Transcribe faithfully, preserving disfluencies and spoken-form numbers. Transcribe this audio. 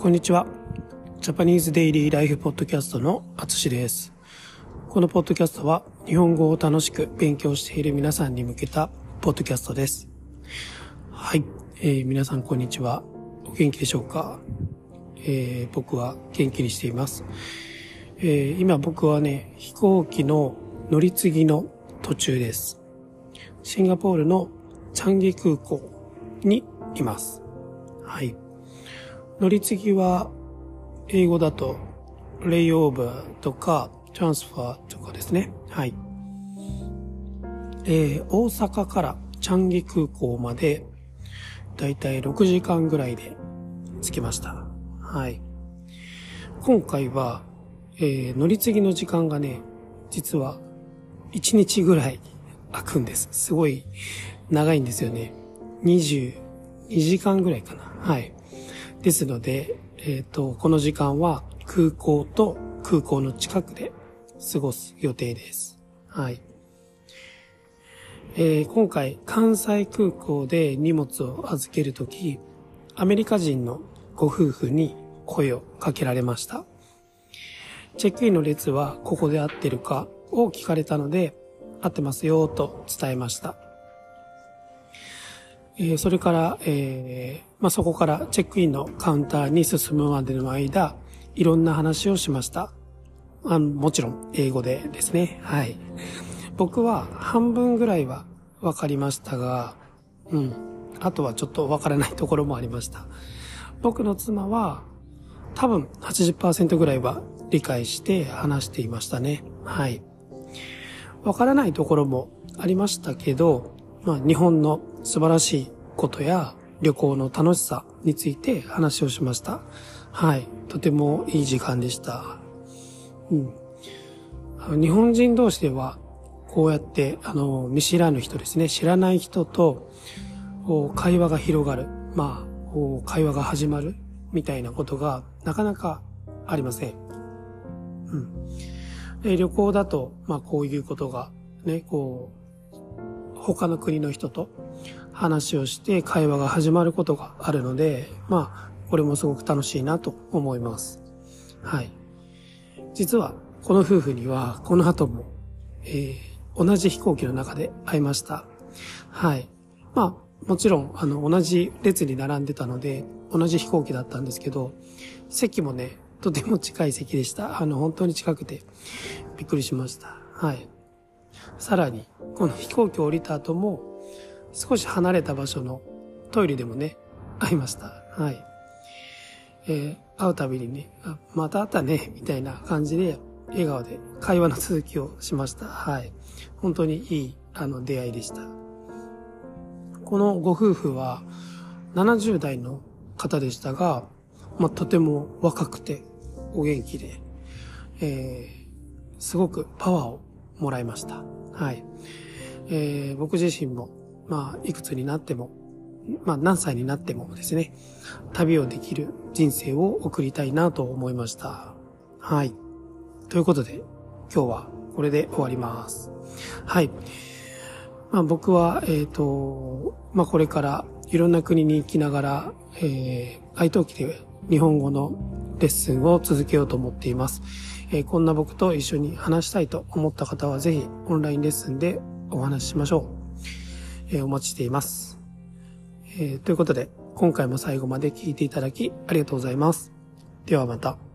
こんにちは。ジャパニーズデイリーライフポッドキャストのあつしです。このポッドキャストは日本語を楽しく勉強している皆さんに向けたポッドキャストです。はい、えー、皆さんこんにちは。お元気でしょうか？えー、僕は元気にしています。えー、今僕はね、飛行機の乗り継ぎの途中です。シンガポールのチャンギ空港にいます。はい。乗り継ぎは英語だとレイオーバーとかトランスファーとかですね。はい。えー、大阪からチャンギ空港までだいたいろくじかんぐらいで着きました。はい。今回は、えー、乗り継ぎの時間がね、実はいちにちぐらい空くんです。すごい長いんですよね。にじゅうにじかんぐらいかな。はい。ですので、えっと、この時間は空港と空港の近くで過ごす予定です。はい。えー、今回、関西空港で荷物を預けるとき、アメリカ人のご夫婦に声をかけられました。チェックインの列はここで合ってるかを聞かれたので、合ってますよと伝えました。えー、それから、えーまあ、そこからチェックインのカウンターに進むまでの間、いろんな話をしました。あのもちろん英語でですね。はい。僕は半分ぐらいは分かりましたが、うん。あとはちょっと分からないところもありました。僕の妻は多分 はちじゅっパーセント ぐらいは理解して話していましたね。はい。分からないところもありましたけど、まあ、日本の素晴らしいことや旅行の楽しさについて話をしました。はい。とてもいい時間でした。うん。あの日本人同士では、こうやって、あの、見知らぬ人ですね、知らない人と、会話が広がる。まあ、会話が始まるみたいなことがなかなかありません。うん。で旅行だと、まあ、こういうことがね、こう、他の国の人と話をして会話が始まることがあるので、まあ、これもすごく楽しいなと思います。はい。実は、この夫婦には、この後も、えー、同じ飛行機の中で会いました。はい。まあ、もちろん、あの、同じ列に並んでたので、同じ飛行機だったんですけど、席もね、とても近い席でした。あの、本当に近くて、びっくりしました。はい。さらに、この飛行機を降りた後も、少し離れた場所のトイレでもね、会いました。はい。えー、会うたびにね、あ、また会ったね、みたいな感じで、笑顔で会話の続きをしました。はい。本当にいい、あの、出会いでした。このご夫婦は、ななじゅう代の方でしたが、まあ、とても若くて、お元気で、えー、すごくパワーをもらいました。はい。えー、僕自身も、まあ、いくつになっても、まあ、何歳になってもですね、旅をできる人生を送りたいなと思いました。はい。ということで、今日はこれで終わります。はい。まあ、僕は、えっと、まあ、これからいろんな国に行きながら、えー、愛登記で日本語のレッスンを続けようと思っています。えー、こんな僕と一緒に話したいと思った方はぜひオンラインレッスンでお話ししましょう。えー、お待ちしています。えー、ということで今回も最後まで聞いていただきありがとうございます。ではまた。